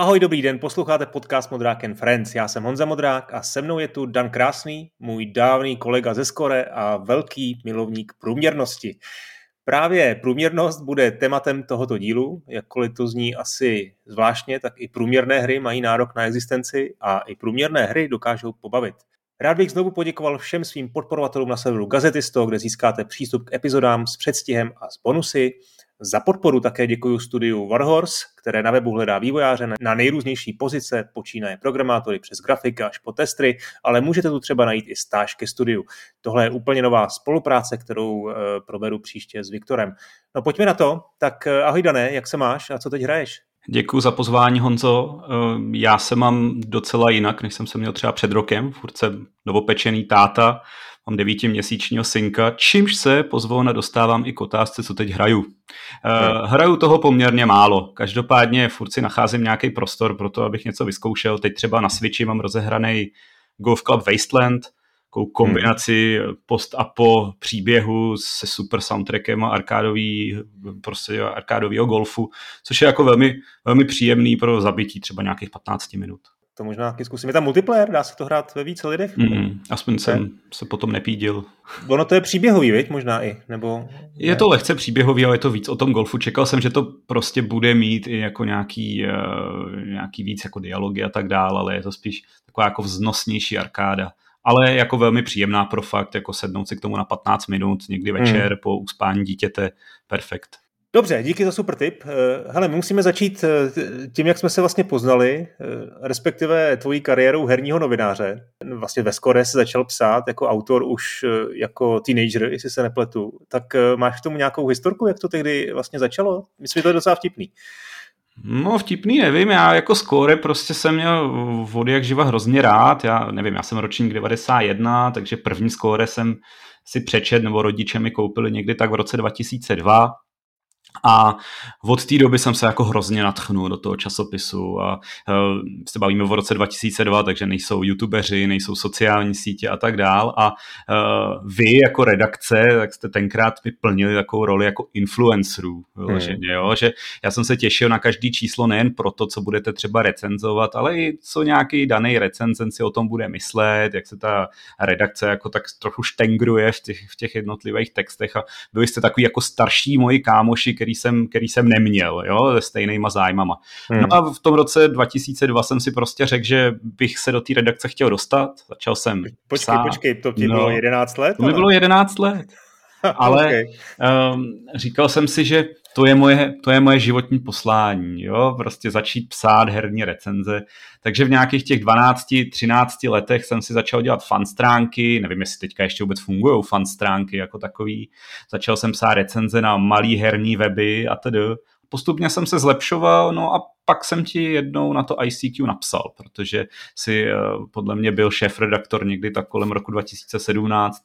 Ahoj, dobrý den, posloucháte podcast Modrák and Friends. Já jsem Honza Modrák a se mnou je tu Dan Krásný, můj dávný kolega ze Skore a velký milovník průměrnosti. Právě průměrnost bude tématem tohoto dílu, jakkoliv to zní asi zvláštně, tak i průměrné hry mají nárok na existenci a i průměrné hry dokážou pobavit. Rád bych znovu poděkoval všem svým podporovatelům na serveru Gazetisto, kde získáte přístup k epizodám s předstihem a s bonusy. Za podporu také děkuji studiu Warhorse, které na webu hledá vývojáře na nejrůznější pozice, počínaje programátory přes grafika až po testry, ale můžete tu třeba najít i stáž ke studiu. Tohle je úplně nová spolupráce, kterou provedu příště s Viktorem. No pojďme na to. Tak ahoj Dané, jak se máš a co teď hraješ? Děkuji za pozvání, Honzo. Já se mám docela jinak, než jsem se měl třeba před rokem. Furt jsem novopečený táta, mám 9měsíčního synka, čímž se pozvolna dostávám i k otázce, co teď hraju. Hraju toho poměrně málo. Každopádně furt si nacházím nějaký prostor pro to, abych něco vyzkoušel. Teď třeba na Switchi mám rozehraný Golf Club Wasteland, takovou kombinaci post-apo příběhu se super soundtrackem a arkádovýho golfu, což je jako velmi, velmi příjemný pro zabití třeba nějakých 15 minut. To možná taky zkusím. Je tam multiplayer? Dá se to hrát ve více lidech? Aspoň jsem se potom nepídil. Ono to je příběhový, viď? Možná i, nebo... Je to lehce příběhový, ale je to víc o tom golfu. Čekal jsem, že to prostě bude mít i jako nějaký víc jako dialogy a tak dál, ale je to spíš taková jako vznosnější arkáda. Ale jako velmi příjemná pro fakt, jako sednout si k tomu na 15 minut, někdy večer po uspání dítěte, perfekt. Dobře, díky za super tip. Hele, my musíme začít tím, jak jsme se vlastně poznali, respektive tvojí kariérou herního novináře. Vlastně ve Skore se začal psát jako autor už jako teenager, jestli se nepletu. Tak máš k tomu nějakou historku, jak to tehdy vlastně začalo? Myslím, že to je docela vtipný. No vtipný nevím, já jako Skore prostě jsem měl od jak živa hrozně rád, já jsem ročník 91, takže první Skore jsem si přečet, nebo rodiče mi koupili někdy tak v roce 2002 a od té doby jsem se jako hrozně nadchnul do toho časopisu a se bavíme v roce 2002, takže nejsou youtubeři, nejsou sociální sítě a tak dál a vy jako redakce, tak jste tenkrát mi plnili takovou roli jako influencerů, jo? Že já jsem se těšil na každý číslo nejen proto, co budete třeba recenzovat, ale i co nějaký daný recenzent si o tom bude myslet, jak se ta redakce jako tak trochu štengruje v těch jednotlivých textech a byli jste takový jako starší moji kámoši, který jsem neměl, jo, se stejnýma zájmama. No a v tom roce 2002 jsem si prostě řekl, že bych se do té redakce chtěl dostat. Začal jsem psát. Počkej, to ti bylo 11 let? To mi bylo 11 let. Ale okay. Říkal jsem si, že to je moje životní poslání, jo, prostě začít psát herní recenze. Takže v nějakých těch 12-13 letech jsem si začal dělat fanstránky, nevím, jestli teďka ještě vůbec fungují fanstránky jako takový. Začal jsem psát recenze na malý herní weby a tedy. Postupně jsem se zlepšoval, no a pak jsem ti jednou na to ICQ napsal, protože si podle mě byl šéfredaktor někdy tak kolem roku 2017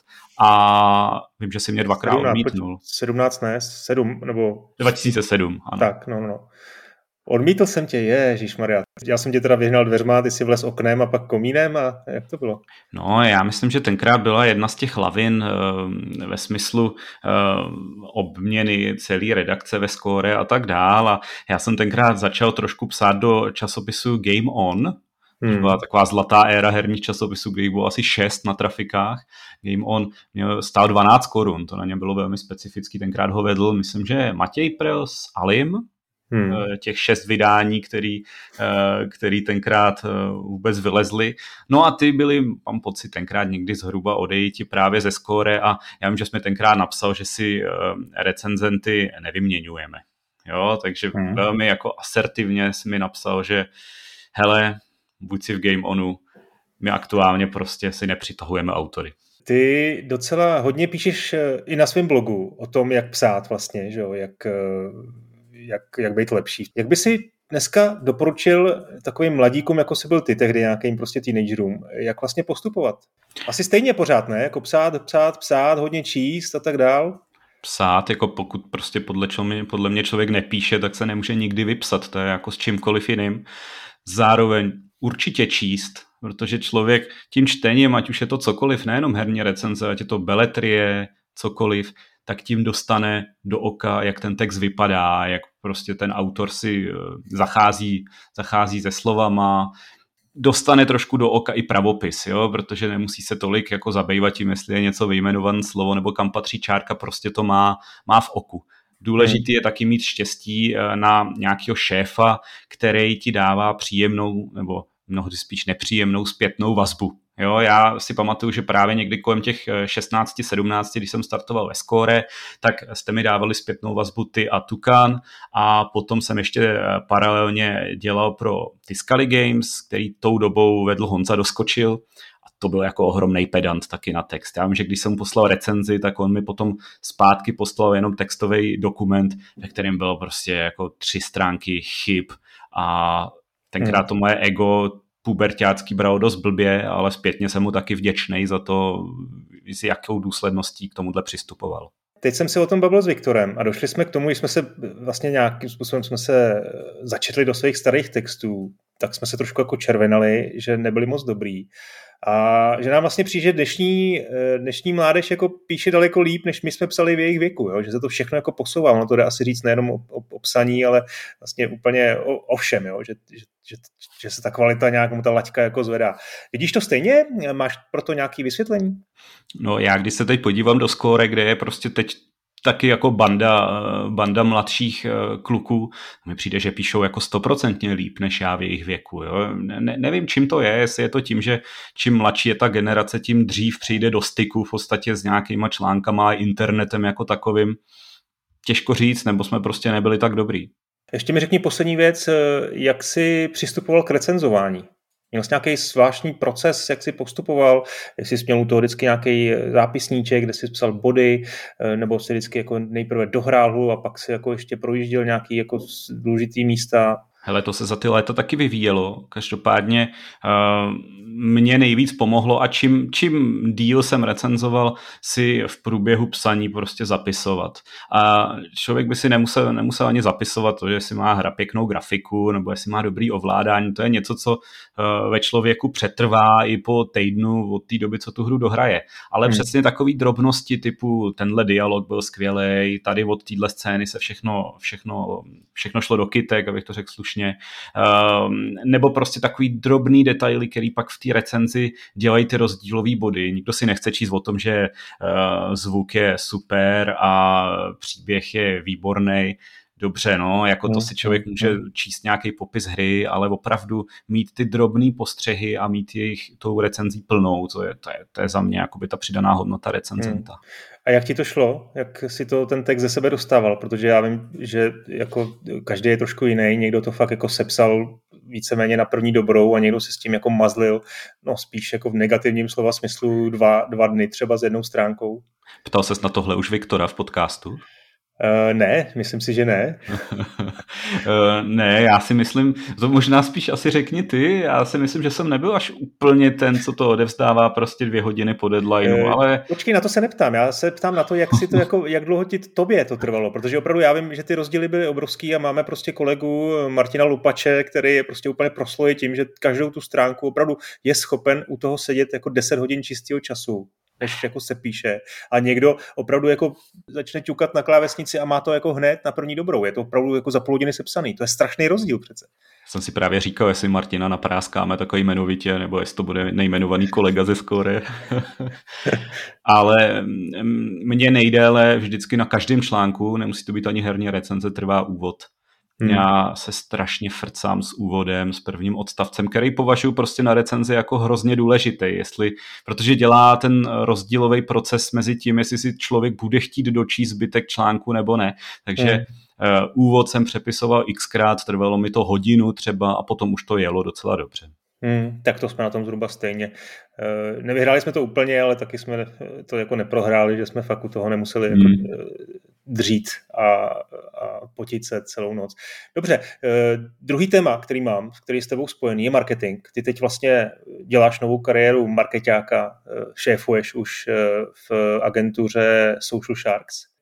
a vím, že si mě dvakrát odmítnul. 17 ne, 7 nebo... 2007, ano. Tak, no. Odmítl jsem tě, ježišmarja. Já jsem tě teda vyhnal dveřma, ty si vlez oknem a pak komínem a jak to bylo? No, já myslím, že tenkrát byla jedna z těch lavin ve smyslu obměny celé redakce ve Skore a tak dál a já jsem tenkrát začal trošku psát do časopisu Game On. To byla taková zlatá éra herních časopisů, kdy bylo asi 6 na trafikách. Game On stál 12 korun, to na ně bylo velmi specifický, tenkrát ho vedl, myslím, že Matěj Prel s Alim, těch 6 vydání, který tenkrát vůbec vylezly. No a ty byly, mám pocit, tenkrát někdy zhruba odejiti právě ze Skore a já vím, že jsme tenkrát napsal, že si recenzenty nevyměňujeme. Jo, takže velmi jako asertivně jsi mi napsal, že hele, buď si v Game Onu, my aktuálně prostě si nepřitahujeme autory. Ty docela hodně píšeš i na svém blogu o tom, jak psát vlastně, že jo, jak být lepší. Jak by si dneska doporučil takovým mladíkům, jako jsi byl ty tehdy, nějakým prostě teenagerům, jak vlastně postupovat? Asi stejně pořád, ne? Jako psát, hodně číst a tak dál? Psát, jako pokud prostě podle mě člověk nepíše, tak se nemůže nikdy vypsat, to je jako s čímkoliv jiným. Zároveň určitě číst, protože člověk tím čtením, ať už je to cokoliv, nejenom herní recenze, ať je to beletrie, cokoliv, tak tím dostane do oka, jak ten text vypadá, jak prostě ten autor si zachází se slovama, dostane trošku do oka i pravopis, jo? Protože nemusí se tolik jako zabývat tím, jestli je něco vyjmenované slovo nebo kam patří čárka, prostě to má v oku. Důležitý je taky mít štěstí na nějakého šéfa, který ti dává příjemnou nebo mnohdy spíš nepříjemnou zpětnou vazbu. Jo, já si pamatuju, že právě někdy kolem těch 16-17, když jsem startoval ve Score, tak jste mi dávali zpětnou vazbu ty a Tukan a potom jsem ještě paralelně dělal pro Tiscali Games, který tou dobou vedl Honza Doskočil a to byl jako ohromnej pedant taky na text. Já vím, že když jsem mu poslal recenzi, tak on mi potom zpátky poslal jenom textový dokument, ve kterém bylo prostě jako 3 stránky chyb a tenkrát to moje ego puberťácký bralo dost blbě, ale zpětně jsem mu taky vděčnej za to, s jakou důsledností k tomuhle přistupoval. Teď jsem si o tom bavil s Viktorem a došli jsme k tomu, že jsme se vlastně nějakým způsobem začetli do svých starých textů, tak jsme se trošku jako červenali, že nebyli moc dobrý. A že nám vlastně přijde, že dnešní mládež jako píše daleko líp, než my jsme psali v jejich věku, jo? Že se to všechno jako posouvá. Ono to jde asi říct nejenom o psaní, ale vlastně úplně o všem, jo? Že se ta kvalita nějak, ta laťka jako zvedá. Vidíš to stejně? Máš pro to nějaké vysvětlení? No já když se teď podívám do Score, kde je prostě teď taky jako banda mladších kluků, mi přijde, že píšou jako 100% líp než já v jejich věku. Jo? Nevím, čím to je, jestli je to tím, že čím mladší je ta generace, tím dřív přijde do styku v podstatě s nějakýma článkama a internetem jako takovým. Těžko říct, nebo jsme prostě nebyli tak dobrý. Ještě mi řekni poslední věc, jak jsi přistupoval k recenzování? Měl jsi nějaký zvláštní proces, jak jsi postupoval, jestli jsi měl u toho vždycky nějaký zápisníček, kde jsi psal body, nebo jsi vždycky jako nejprve dohrál hru a pak si jako ještě projížděl nějaký jako důležitý místa? Hele, to se za ty léta taky vyvíjelo. Každopádně mě nejvíc pomohlo a čím díl jsem recenzoval, si v průběhu psaní prostě zapisovat. A člověk by si nemusel ani zapisovat to, že si má hra pěknou grafiku nebo jestli má dobrý ovládání. To je něco, co ve člověku přetrvá i po týdnu od té doby, co tu hru dohraje. Ale přesně takový drobnosti typu tenhle dialog byl skvělej, tady od téhle scény se všechno šlo do kytek, abych to řekl slušně. Nebo prostě takový drobný detaily, který pak v té recenzi dělají ty rozdílový body. Nikdo si nechce číst o tom, že zvuk je super a příběh je výborný. Dobře, no, jako to si člověk může číst nějaký popis hry, ale opravdu mít ty drobný postřehy a mít jejich tou recenzí plnou, to je za mě jakoby ta přidaná hodnota recenzenta. A jak ti to šlo? Jak si to ten text ze sebe dostával? Protože já vím, že jako každý je trošku jiný, někdo to fakt jako sepsal víceméně na první dobrou a někdo se s tím jako mazlil, no spíš jako v negativním slova smyslu dva dny třeba s jednou stránkou. Ptal ses na tohle už Viktora v podcastu? Ne, myslím si, že ne. Ne, já si myslím, to možná spíš asi řekni ty, já si myslím, že jsem nebyl až úplně ten, co to odevzdává prostě 2 hodiny po deadlineu, ale... Počkej, na to se neptám, já se ptám na to, jak dlouho tobě to trvalo, protože opravdu já vím, že ty rozdíly byly obrovský a máme prostě kolegu Martina Lupače, který je prostě úplně prosloj tím, že každou tu stránku opravdu je schopen u toho sedět jako 10 hodin čistého času, než jako se píše. A někdo opravdu jako začne ťukat na klávesnici a má to jako hned na první dobrou. Je to opravdu jako za půl hodiny sepsaný. To je strašný rozdíl přece. Jsem si právě říkal, jestli Martina napráskáme takový jmenovitě, nebo jestli to bude nejmenovaný kolega ze Score. Ale mně nejdéle vždycky na každém článku, nemusí to být ani herní recenze, trvá úvod. Já se strašně frcám s úvodem, s prvním odstavcem, který považuji prostě na recenzi jako hrozně důležitý, protože dělá ten rozdílový proces mezi tím, jestli si člověk bude chtít dočíst zbytek článku nebo ne. Takže úvod jsem přepisoval xkrát, trvalo mi to hodinu třeba a potom už to jelo docela dobře. Tak to jsme na tom zhruba stejně. Nevyhráli jsme to úplně, ale taky jsme to jako neprohráli, že jsme fakt u toho nemuseli jako dřít a potit se celou noc. Dobře, druhý téma, který je s tebou spojený, je marketing. Ty teď vlastně děláš novou kariéru markeťáka, šéfuješ už v agentuře Social Sharks.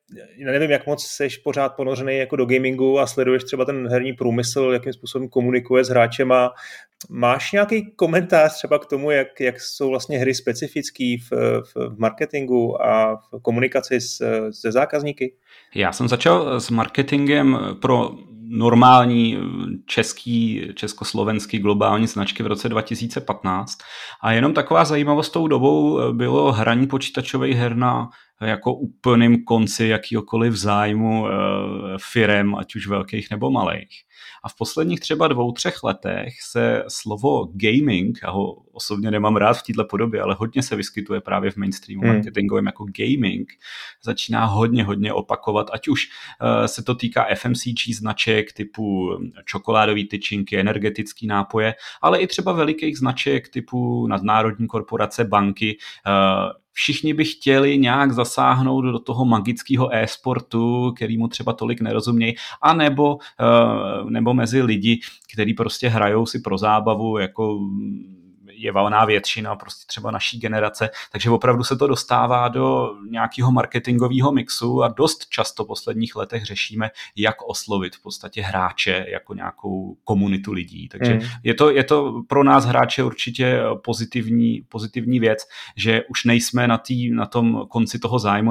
nevím, jak moc seš pořád ponořený jako do gamingu a sleduješ třeba ten herní průmysl, jakým způsobem komunikuje s hráčema. Máš nějaký komentář třeba k tomu, jak jsou vlastně hry specifický v marketingu a v komunikaci se zákazníky? Já jsem začal s marketingem pro normální československý globální značky v roce 2015 a jenom taková zajímavost tou dobou bylo hraní počítačových her na jako úplným konci jakýkoliv zájmu firem, ať už velkých nebo malých. A v posledních třeba 2-3 letech se slovo gaming, já ho osobně nemám rád v této podobě, ale hodně se vyskytuje právě v mainstreamu marketingovém jako gaming, začíná hodně opakovat, ať už se to týká FMCG značek typu čokoládový tyčinky, energetický nápoje, ale i třeba velikých značek typu nadnárodní korporace, banky. Všichni by chtěli nějak zasáhnout do toho magického e-sportu, kterýmu třeba tolik nerozumějí, a nebo mezi lidi, kteří prostě hrajou si pro zábavu, jako je valná většina prostě třeba naší generace, takže opravdu se to dostává do nějakého marketingového mixu a dost často v posledních letech řešíme, jak oslovit v podstatě hráče jako nějakou komunitu lidí. Takže je to pro nás hráče určitě pozitivní věc, že už nejsme na tom konci toho zájmu,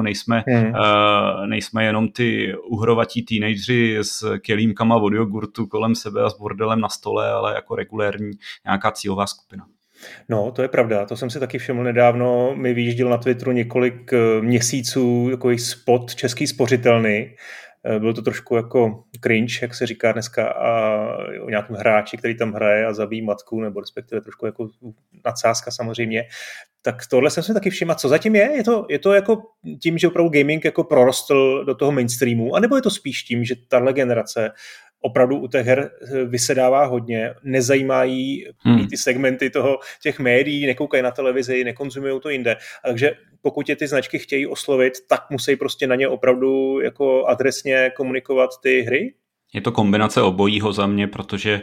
nejsme jenom ty uhrovatí teenageři s kelímkama od jogurtu kolem sebe a s bordelem na stole, ale jako regulérní nějaká cílová skupina. No, to je pravda, to jsem si taky všiml nedávno, mi vyjížděl na Twitteru několik měsíců takový spot Český spořitelny, byl to trošku jako cringe, jak se říká dneska, a o nějakém hráči, který tam hraje a zabíjí matku, nebo respektive trošku jako nadsázka samozřejmě. Tak tohle jsem si taky všiml. Co zatím je? Je to jako tím, že opravdu gaming jako prorostl do toho mainstreamu, anebo je to spíš tím, že tahle generace opravdu u těch her vysedává hodně, nezajímají ty segmenty těch médií, nekoukají na televizi, nekonzumují to jinde. Takže pokud je ty značky chtějí oslovit, tak musí prostě na ně opravdu jako adresně komunikovat ty hry? Je to kombinace obojího za mě, protože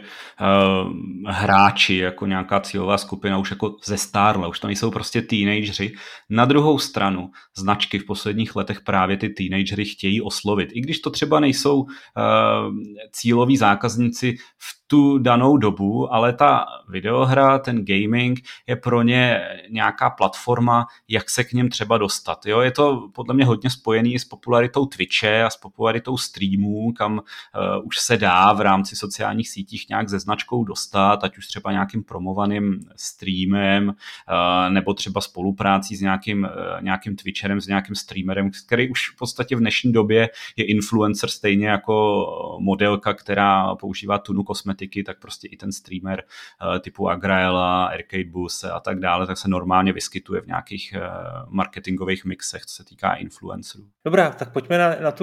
hráči jako nějaká cílová skupina už jako zestárla, už to nejsou prostě teenageři. Na druhou stranu značky v posledních letech právě ty teenagery chtějí oslovit. I když to třeba nejsou cíloví zákazníci v tu danou dobu, ale ta videohra, ten gaming je pro ně nějaká platforma, jak se k něm třeba dostat. Jo? Je to podle mě hodně spojený s popularitou Twitche a s popularitou streamů, kam už se dá v rámci sociálních sítích nějak se značkou dostat, ať už třeba nějakým promovaným streamem, nebo třeba spoluprácí s nějakým Twitcherem, s nějakým streamerem, který už v podstatě v dnešní době je influencer stejně jako modelka, která používá tunu kosmetiky, tak prostě i ten streamer typu Agraela, Arcade Bus a tak dále, tak se normálně vyskytuje v nějakých marketingových mixech, co se týká influencerů. Dobrá, tak pojďme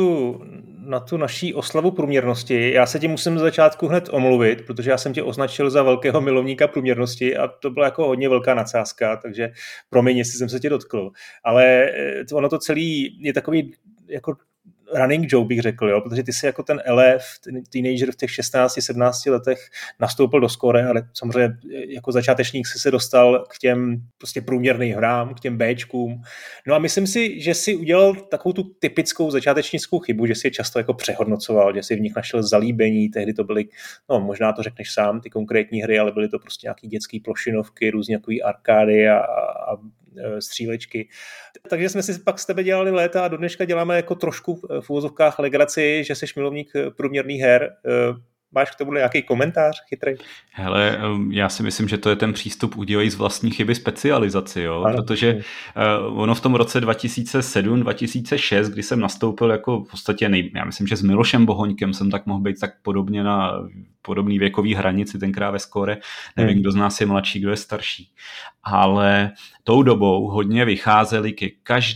na tu naší oslavu průměrnosti. Já se ti musím z začátku hned omluvit, protože já jsem tě označil za velkého milovníka průměrnosti a to byla jako hodně velká nadsázka, takže promiň, jestli jsem se tě dotkl. Ale ono to celý je takový jako running joke, bych řekl, jo? Protože ty jsi jako ten elef, ten teenager v těch 16-17 letech nastoupil do Score, ale samozřejmě jako začátečník jsi se dostal k těm prostě průměrným hrám, k těm Bčkům. No a myslím si, že jsi udělal takovou tu typickou začátečnickou chybu, že jsi je často jako přehodnocoval, že jsi v nich našel zalíbení, tehdy to byly, no možná to řekneš sám, ty konkrétní hry, ale byly to prostě nějaký dětský plošinovky, různě takový arkády a střílečky. Takže jsme si pak s tebe dělali léta a do dneška děláme jako trošku v uvozovkách legraci, že jsi milovník průměrných her. Máš k tomu nějaký komentář chytrý? Hele, já si myslím, že to je ten přístup udělej z vlastní chyby specializaci, jo? Protože ono v tom roce 2007-2006, kdy jsem nastoupil jako v podstatě, já myslím, že s Milošem Bohoňkem jsem tak mohl být tak podobně na podobný věkový hranici tenkrát ve Score, nevím, kdo z nás je mladší, kdo je starší, ale tou dobou hodně vycházeli ke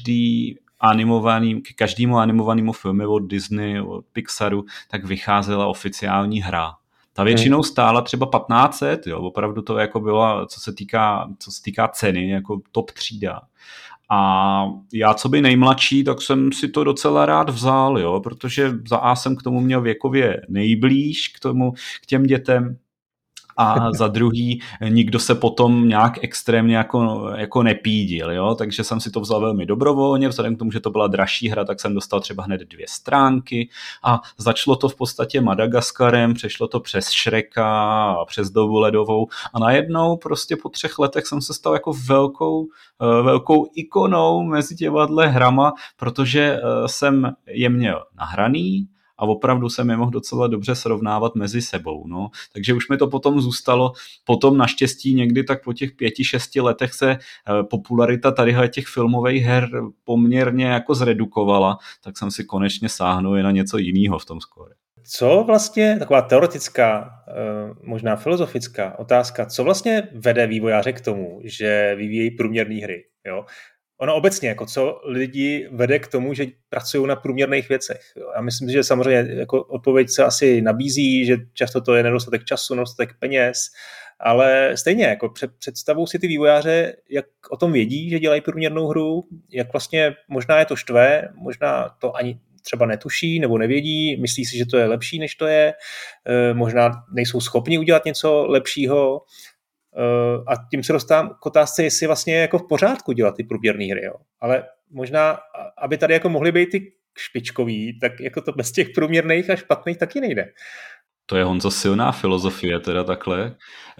každému animovanému filmu od Disney, od Pixaru, tak vycházela oficiální hra. Ta většinou stála třeba 1500, jo, opravdu to jako bylo, co se týká ceny, jako top třída. A já, co by nejmladší, tak jsem si to docela rád vzal, jo, protože za A jsem k tomu měl věkově nejblíž, k těm dětem, a za druhý nikdo se potom nějak extrémně jako nepídil, jo? Takže jsem si to vzal velmi dobrovolně, vzhledem k tomu, že to byla dražší hra, tak jsem dostal třeba hned 2 stránky a začalo to v podstatě Madagaskarem, přešlo to přes Shreka a přes Dobu ledovou a najednou prostě po 3 letech jsem se stal jako velkou ikonou mezi těma hrama, protože jsem je měl nahraný a opravdu jsem je mohl docela dobře srovnávat mezi sebou. No. Takže už mi to potom zůstalo, potom naštěstí někdy tak po těch 5-6 letech se popularita tadyhle těch filmových her poměrně jako zredukovala, tak jsem si konečně sáhnul i na něco jiného v tom skóre. Co vlastně, taková teoretická, možná filozofická otázka, co vlastně vede vývojáře k tomu, že vyvíjejí průměrné hry, jo? Ono obecně, jako co lidi vede k tomu, že pracují na průměrných věcech. Já myslím, že samozřejmě jako odpověď se asi nabízí, že často to je nedostatek času, nedostatek peněz, ale stejně jako představují si ty vývojáře, jak o tom vědí, že dělají průměrnou hru, jak vlastně možná je to štve, možná to ani třeba netuší nebo nevědí, myslí si, že to je lepší, než to je, možná nejsou schopni udělat něco lepšího, a tím se dostávám k otázce, jestli vlastně je jako v pořádku dělat ty průměrné hry. Jo. Ale možná, aby tady jako mohly být ty špičkový, tak jako to bez těch průměrných a špatných taky nejde. To je, Honzo, silná filozofie teda takhle.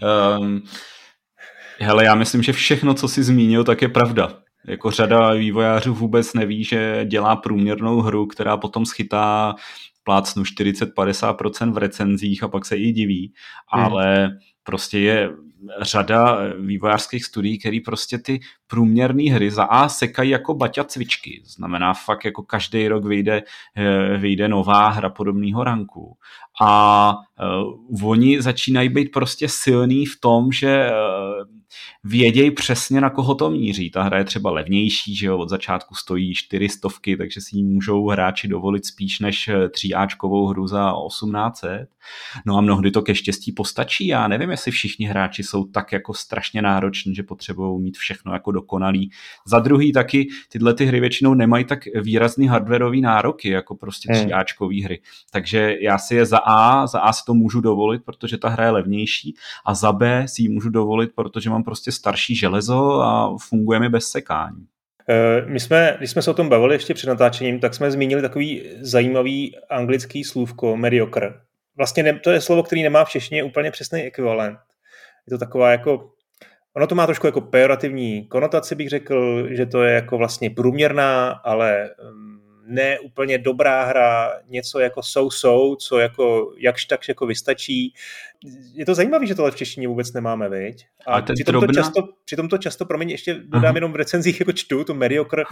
Hele, já myslím, že všechno, co jsi zmínil, tak je pravda. Jako řada vývojářů vůbec neví, že dělá průměrnou hru, která potom schytá plácnu 40-50% v recenzích a pak se i diví. Ale prostě je řada vývojářských studií, který prostě ty průměrné hry za A sekají jako baťa cvičky. Znamená fakt jako každý rok vyjde nová hra podobného ranku. A oni začínají být prostě silný v tom, že vědějí přesně, na koho to míří. Ta hra je třeba levnější, že jo, od začátku stojí 400, takže si ji můžou hráči dovolit spíš než 3áčkovou hru za 1800. No a mnohdy to ke štěstí postačí. Já nevím, jestli všichni hráči jsou tak jako strašně nároční, že potřebují mít všechno jako dokonalý. Za druhý taky tyhle ty hry většinou nemají tak výrazný hardwareový nároky, jako prostě 3áčkový hry. Takže já si je za A si to můžu dovolit, protože ta hra je levnější, a za B si ji můžu dovolit, protože mám prostě starší železo a funguje mi bez sekání. Když jsme se o tom bavili ještě před natáčením, tak jsme zmínili takový zajímavý anglický slůvko mediocre. Vlastně to je slovo, který nemá v češtině úplně přesný ekvivalent. Je to taková jako, ono to má trošku jako pejorativní konotaci, bych řekl, že to je jako vlastně průměrná, ale ne úplně dobrá hra, něco jako so, co jako jakž takž jako vystačí. Je to zajímavé, že tohle v češtině vůbec nemáme, viď? A přitom to často, promiň, ještě dodám jenom v recenzích jako čtu, to mediocre,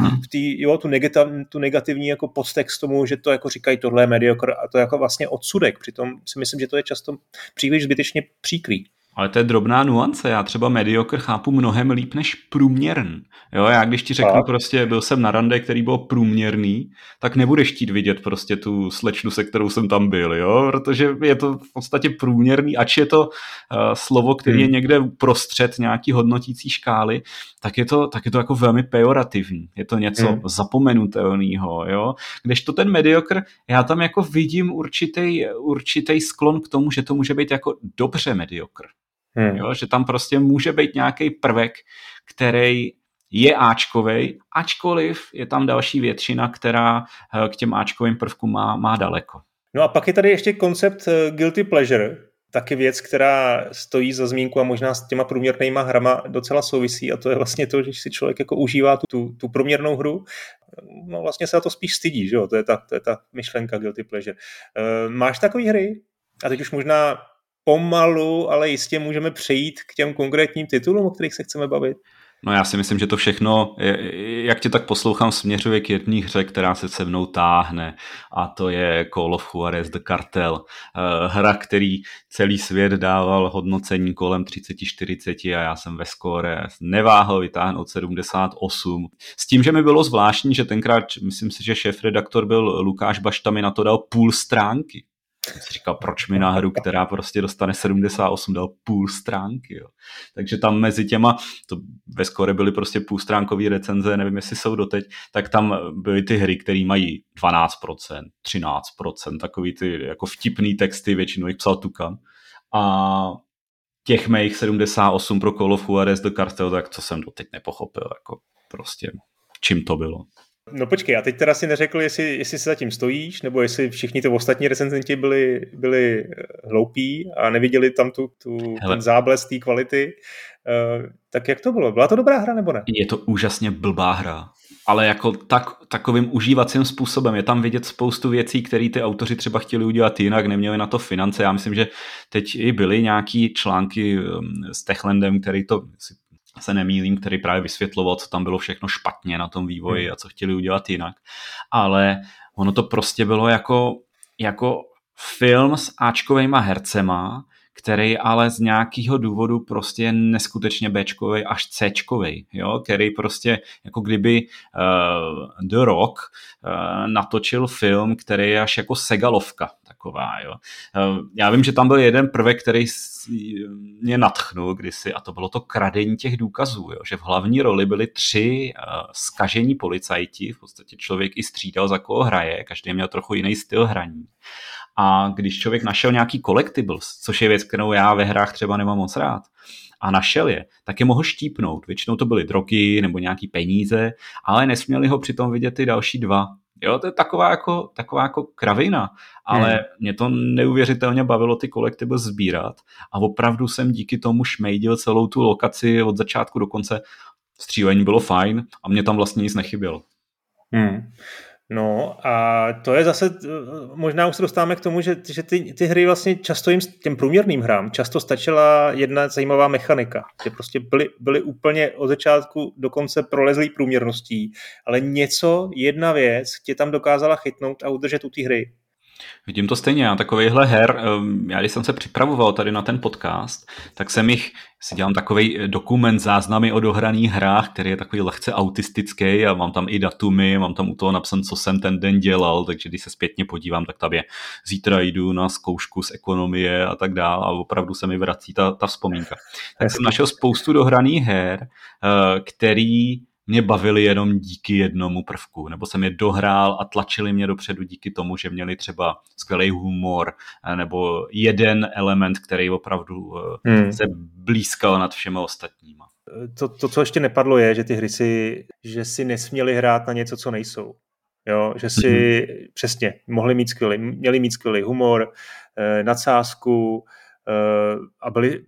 tu negativní jako podtext tomu, že to jako říkají tohle je mediocre a to jako vlastně odsudek. Přitom si myslím, že to je často příliš zbytečně příkrý. Ale to je drobná nuance, já třeba mediocre chápu mnohem líp než průměrný. Jo, já když ti řeknu prostě, byl jsem na rande, který byl průměrný, tak nebudeš chtít vidět prostě tu slečnu, se kterou jsem tam byl, jo, protože je to v podstatě průměrný, ač je to slovo, který je někde uprostřed nějaký hodnotící škály, tak je to jako velmi pejorativní. Je to něco zapomenutelného, jo. Kdežto ten mediocre, já tam jako vidím určitý sklon k tomu, že to může být jako dobře mediocre. Jo, že tam prostě může být nějaký prvek, který je áčkovej, ačkoliv je tam další většina, která k těm áčkovým prvkům má daleko. No a pak je tady ještě koncept guilty pleasure, taky věc, která stojí za zmínku a možná s těma průměrnýma hrama docela souvisí, a to je vlastně to, že si člověk jako užívá tu průměrnou hru, no vlastně se na to spíš stydí, že jo? To je ta myšlenka guilty pleasure. Máš takové hry? A teď už možná pomalu, ale jistě můžeme přejít k těm konkrétním titulům, o kterých se chceme bavit. No já si myslím, že to všechno, jak tě tak poslouchám, směřuje k jedné hře, která se mnou táhne, a to je Call of Juarez The Cartel. Hra, který celý svět dával hodnocení kolem 30-40 a já jsem ve skóre neváhal vytáhnout 78. S tím, že mi bylo zvláštní, že tenkrát, myslím si, že šéfredaktor byl Lukáš Bašta, mi na to dal půl stránky. Jsem si říkal, proč mi na hru, která prostě dostane 78, dal půl stránky. Jo. Takže tam mezi těma, to ve skóre byly prostě půlstránkový recenze, nevím, jestli jsou doteď, tak tam byly ty hry, které mají 12%, 13%, takový ty jako vtipný texty, většinou jich psal Tukan. A těch mých 78 pro Call of Juarez The Cartel, tak to jsem doteď nepochopil, jako prostě čím to bylo. No počkej, a teď teda si neřekl, jestli si za tím stojíš, nebo jestli všichni to ostatní recenzenti byli hloupí a neviděli tam ten záblesk té kvality. Tak jak to bylo? Byla to dobrá hra, nebo ne? Je to úžasně blbá hra, ale jako takovým užívacím způsobem. Je tam vidět spoustu věcí, které ty autoři třeba chtěli udělat jinak, neměli na to finance. Já myslím, že teď i byly nějaký články s Techlandem, který to se nemýlím, který právě vysvětloval, co tam bylo všechno špatně na tom vývoji a co chtěli udělat jinak. Ale ono to prostě bylo jako film s áčkovejma hercema, který ale z nějakého důvodu prostě je neskutečně Bčkovej až Cčkovej, jo? Který prostě jako kdyby The Rock natočil film, který je až jako Segalovka taková, jo. Já vím, že tam byl jeden prvek, který mě nadchnul kdysi, a to bylo to kradení těch důkazů, jo? Že v hlavní roli byli 3 zkažení policajti, v podstatě člověk i střídal, za koho hraje, každý měl trochu jiný styl hraní. A když člověk našel nějaký collectibles, což je věc, kterou já ve hrách třeba nemám moc rád, a našel je, tak je mohl štípnout. Většinou to byly drogy nebo nějaký peníze, ale nesměli ho přitom vidět ty další 2. Jo, to je taková jako kravina, ale mě to neuvěřitelně bavilo ty collectibles sbírat a opravdu jsem díky tomu šmejdil celou tu lokaci od začátku do konce. Střílení bylo fajn a mě tam vlastně nic nechybělo. No a to je zase, možná už se dostáváme k tomu, že ty hry vlastně často těm průměrným hrám často stačila jedna zajímavá mechanika, že prostě byly úplně od začátku do konce prolezlý průměrností, ale jedna věc tě tam dokázala chytnout a udržet u té hry. Vidím to stejně, já takovejhle her, já když jsem se připravoval tady na ten podcast, tak si dělám takovej dokument záznamy o dohraných hrách, který je takový lehce autistický a mám tam i datumy, mám tam u toho napsané, co jsem ten den dělal, takže když se zpětně podívám, tak tam je zítra jdu na zkoušku z ekonomie a tak dál a opravdu se mi vrací ta vzpomínka. Tak jsem našel spoustu dohraných her, který mě bavili jenom díky jednomu prvku, nebo jsem je dohrál a tlačili mě dopředu díky tomu, že měli třeba skvělý humor, nebo jeden element, který opravdu se blízkal nad všema ostatníma. To, co ještě nepadlo, je, že ty hry že si nesměli hrát na něco, co nejsou. Jo, že si přesně měli mít skvělý humor, nadsázku, a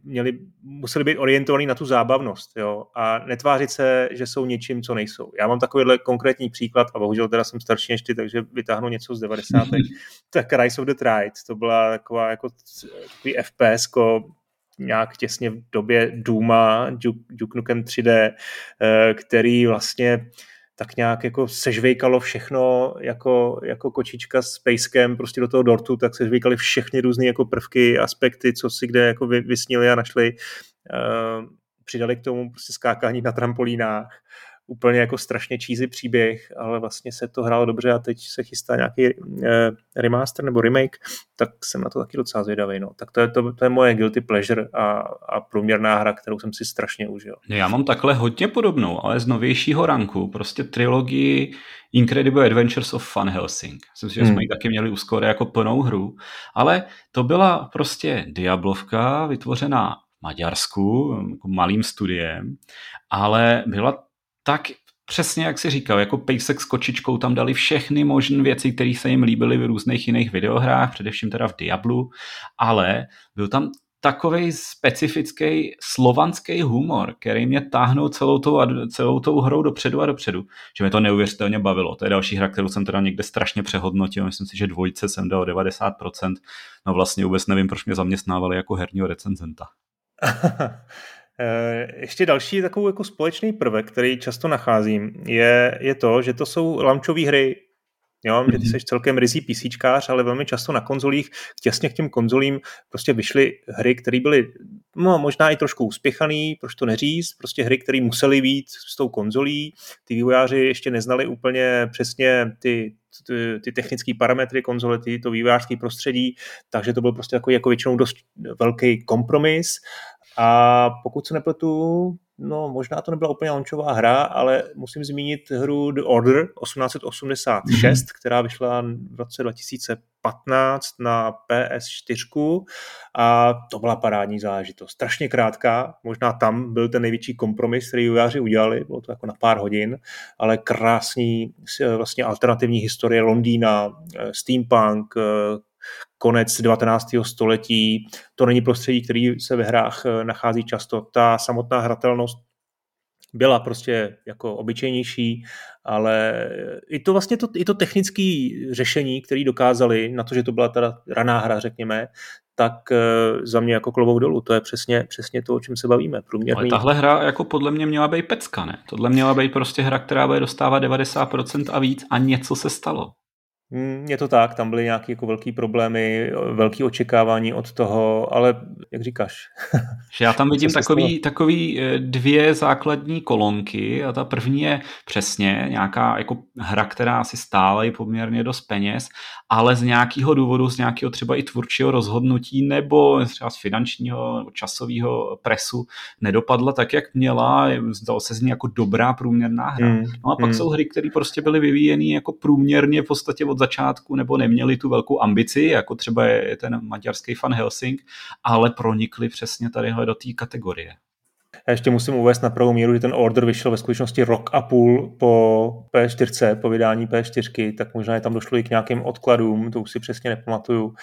museli být orientovaní na tu zábavnost, jo, a netvářit se, že jsou něčím, co nejsou. Já mám takovýhle konkrétní příklad a bohužel teda jsem starší než ty, takže vytáhnu něco z 90. Tak Rise of the Triad, to byla taková jako takový FPS-ko, nějak těsně v době Dooma, Duke Nukem 3D, který vlastně tak nějak jako sežvejkalo všechno jako kočička s pejskem prostě do toho dortu, tak sežvejkali všechny různé jako prvky, aspekty, co si kde jako vysnili a našli. Přidali k tomu prostě skákání na trampolínách. Úplně jako strašně cheesy příběh, ale vlastně se to hrálo dobře a teď se chystá nějaký remaster nebo remake, tak jsem na to taky docela zvědavý. No. Tak to je moje guilty pleasure a průměrná hra, kterou jsem si strašně užil. Já mám takhle hodně podobnou, ale z novějšího ranku, prostě trilogii Incredible Adventures of Van Helsing. Myslím si, že jsme ji taky měli u Score jako plnou hru, ale to byla prostě Diablovka vytvořená v Maďarsku, jako malým studiem, ale byla tak přesně, jak jsi říkal, jako pejsek s kočičkou tam dali všechny možné věci, které se jim líbily v různých jiných videohrách, především teda v Diablu, ale byl tam takovej specifický slovanský humor, který mě táhnul celou tou hrou dopředu a dopředu, že mě to neuvěřitelně bavilo. To je další hra, kterou jsem teda někde strašně přehodnotil, myslím si, že 2 jsem dal 90%, no vlastně vůbec nevím, proč mě zaměstnávali jako herního recenzenta. Ještě další takový jako společný prvek, který často nacházím, je to, že to jsou launchové hry. Jo, že ty jsi celkem rizí PCčkář, ale velmi často na konzolích, těsně k těm konzolím prostě vyšly hry, které byly možná i trošku uspěchaný, proč to neříct, prostě hry, které musely být s tou konzolí. Ty vývojáři ještě neznali úplně přesně ty technické parametry konzole, to vývojářské prostředí, takže to byl prostě takový jako většinou dost velký kompromis. A pokud se nepletu, no možná to nebyla úplně launchová hra, ale musím zmínit hru The Order 1886, která vyšla v roce 2005 2015 na PS4 a to byla parádní záležitost. Strašně krátká, možná tam byl ten největší kompromis, který vývojáři udělali, bylo to jako na pár hodin, ale krásný vlastně alternativní historie Londýna, steampunk, konec 19. století. To není prostředí, který se ve hrách nachází často. Ta samotná hratelnost byla prostě jako obyčejnější, ale i to technické řešení, které dokázali, na to, že to byla teda raná hra, řekněme, tak za mě jako klobouk dolů. To je přesně to, o čem se bavíme. Ale tahle hra jako podle mě měla být pecka, ne? Tohle měla být prostě hra, která bude dostávat 90% a víc a něco se stalo. Je to tak, tam byly nějaké jako velký problémy, velké očekávání od toho, ale jak říkáš. Že já tam vidím takový dvě základní kolonky a ta první je přesně nějaká jako hra, která asi stála i poměrně dost peněz, ale z nějakého důvodu, z nějakého třeba i tvůrčího rozhodnutí nebo třeba z finančního nebo časového presu nedopadla tak, jak měla, zdalo se z ní jako dobrá průměrná hra. No a pak jsou hry, které prostě byly vyvíjeny jako průměrně v podstatě od začátku nebo neměli tu velkou ambici, jako třeba je ten maďarský Van Helsing, ale pronikli přesně tadyhle do té kategorie. Já ještě musím uvést na pravou míru, že ten Order vyšel ve skutečnosti rok a půl po P4, po vydání P4, tak možná je tam došlo i k nějakým odkladům, to už si přesně nepamatuju.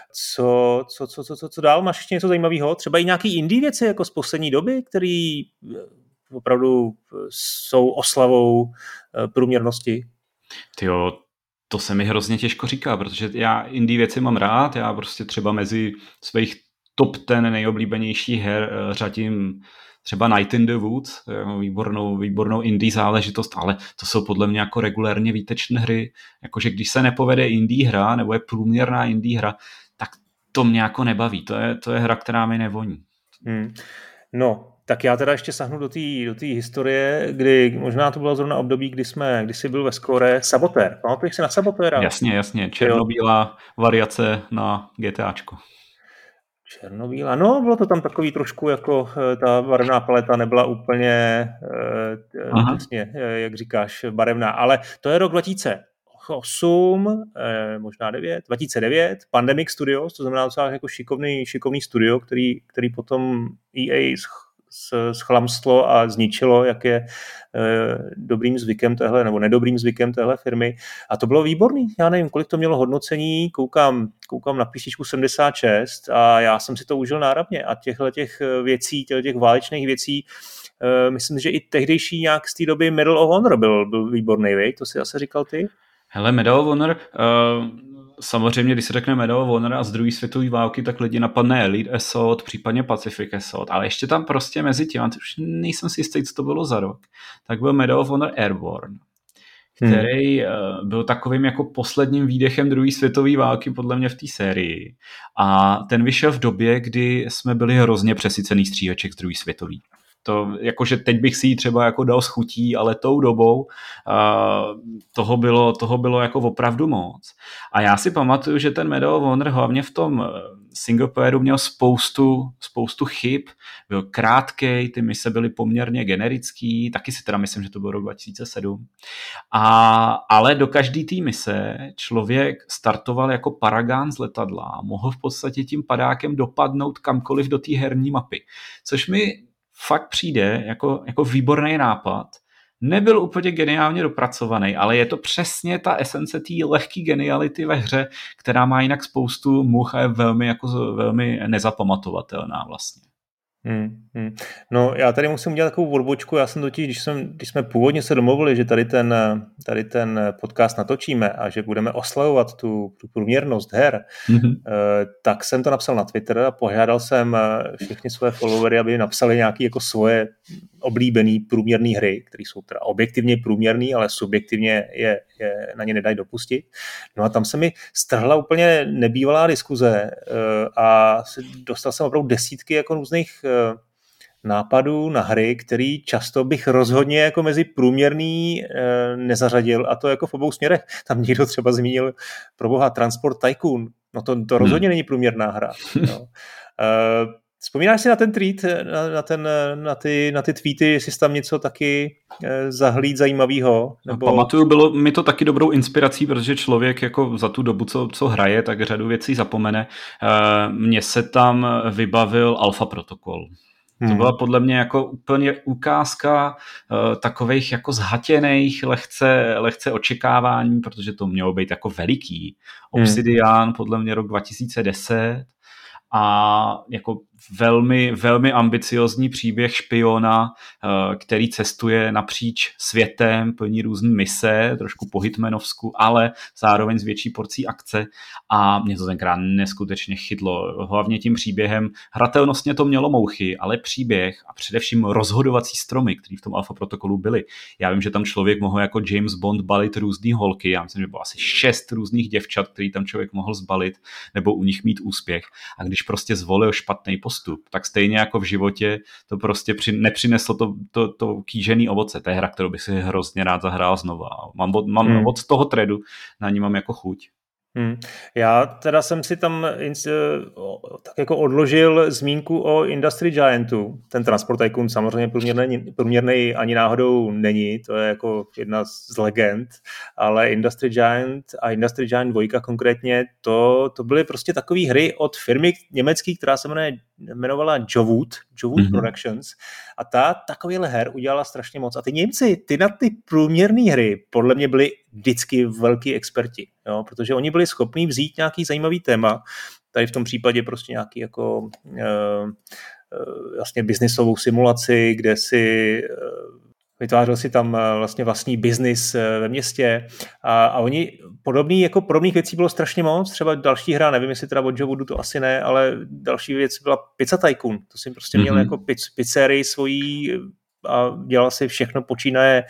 Co dál? Máš ještě něco zajímavého? Třeba i nějaký indie věci jako z poslední doby, které opravdu jsou oslavou průměrnosti? Tyjo, to se mi hrozně těžko říká, protože já indie věci mám rád, já prostě třeba mezi svých top 10 nejoblíbenějších her řadím třeba Night in the Woods, výbornou indie záležitost, ale to jsou podle mě jako regulérně výtečné hry, jakože když se nepovede indie hra, nebo je průměrná indie hra, tak to mě jako nebaví, to je hra, která mi nevoní. No, tak já teda ještě sahnu do té historie, kdy možná to bylo zrovna období, kdy jsi byl ve Score Sabotér. Pamatuješ si na Sabotéra? Jasně, černobílá variace na GTAčko. Černobílá, no bylo to tam takový trošku jako ta barevná paleta nebyla úplně přesně, jak říkáš, barevná, ale to je rok 2008, možná 2009, Pandemic Studios, to znamená docela jako šikovný studio, který potom EA schlamstlo a zničilo, jak je dobrým zvykem téhle, nebo nedobrým zvykem téhle firmy. A to bylo výborný. Já nevím, kolik to mělo hodnocení, koukám na písničku 76 a já jsem si to užil náramně. A těchto válečných věcí, myslím, že i tehdejší nějak z té doby Medal of Honor byl výborný, vej? To si zase říkal ty? Hele, Medal of Honor, samozřejmě, když se řekne Medal of Honor a z druhé světové války, tak lidi napadne Elite Assault, případně Pacific Assault, ale ještě tam prostě mezi tím, už nejsem si jistý, co to bylo za rok, tak byl Medal of Honor Airborne, který byl takovým jako posledním výdechem druhé světové války podle mě v té sérii. A ten vyšel v době, kdy jsme byli hrozně přesycený stříhaček z druhé světové. To, jakože teď bych si ji třeba jako dal s chutí, ale tou dobou toho bylo jako opravdu moc. A já si pamatuju, že ten Medal of Honor hlavně v tom singleplayeru měl spoustu chyb, byl krátkej, ty mise byly poměrně generický, taky si teda myslím, že to byl rok 2007. Ale do každý té mise člověk startoval jako paragán z letadla a mohl v podstatě tím padákem dopadnout kamkoliv do té herní mapy. Což mi fakt přijde jako výborný nápad. Nebyl úplně geniálně dopracovaný, ale je to přesně ta esence té lehké geniality ve hře, která má jinak spoustu much a je velmi nezapamatovatelná vlastně. No, já tady musím udělat takovou odbočku. Já jsem totiž, když jsme původně se domluvili, že tady ten podcast natočíme a že budeme oslavovat tu průměrnost her, tak jsem to napsal na Twitter a požádal jsem všechny své followery, aby napsali nějaké jako svoje oblíbené průměrné hry, které jsou teda objektivně průměrné, ale subjektivně je na ně nedají dopustit. No a tam se mi strhla úplně nebývalá diskuze a dostal jsem opravdu desítky jako různých nápadů na hry, který často bych rozhodně jako mezi průměrný nezařadil, a to jako v obou směrech. Tam někdo třeba zmínil proboha Transport Tycoon. No to rozhodně není průměrná hra. No. Vzpomínáš si na ten tweet, na ty tweety, jestli jsi tam něco taky zahlíd zajímavého? Nebo... Pamatuju, bylo mi to taky dobrou inspirací, protože člověk jako za tu dobu, co hraje, tak řadu věcí zapomene. Mně se tam vybavil Alpha protokol. To byla podle mě jako úplně ukázka takových jako zhatěných lehce očekávání, protože to mělo být jako veliký. Obsidian, podle mě rok 2010 a jako velmi, velmi ambiciozní příběh špiona, který cestuje napříč světem, plní různé mise, trošku po hitmanovsku, ale zároveň s větší porcí akce a mě to tenkrát neskutečně chytlo. Hlavně tím příběhem, hratelnostně to mělo mouchy, ale příběh a především rozhodovací stromy, které v tom Alpha protokolu byly. Já vím, že tam člověk mohl jako James Bond balit různý holky, já myslím, že bylo asi 6 různých děvčat, který tam člověk mohl zbalit nebo u nich mít úspěch. A když prostě zvolil špatný postup, tak stejně jako v životě to prostě nepřineslo to kýžený ovoce. To je hra, kterou bych si hrozně rád zahrál znova. Mám od toho threadu, na ní mám jako chuť. Já teda jsem si tam tak jako odložil zmínku o Industry Giantu. Ten Transport Tycoon samozřejmě průměrný ani náhodou není, to je jako jedna z legend, ale Industry Giant a Industry Giant 2 konkrétně, to byly prostě takové hry od firmy německé, která se jmenovala Jowood Productions a ta takovýhle her udělala strašně moc. A ty Němci, ty na ty průměrné hry podle mě byli vždycky velký experti, jo? Protože oni byli schopní vzít nějaký zajímavý téma, tady v tom případě prostě nějaký jako vlastně biznisovou simulaci, kde si vytvářel si tam vlastně vlastní biznis ve městě a oni podobných věcí bylo strašně moc. Třeba další hra, nevím, jestli teda od Jowoodu to asi ne, ale další věc byla Pizza Tycoon. To si prostě měl jako pizzerii svojí a dělal si všechno, počínaje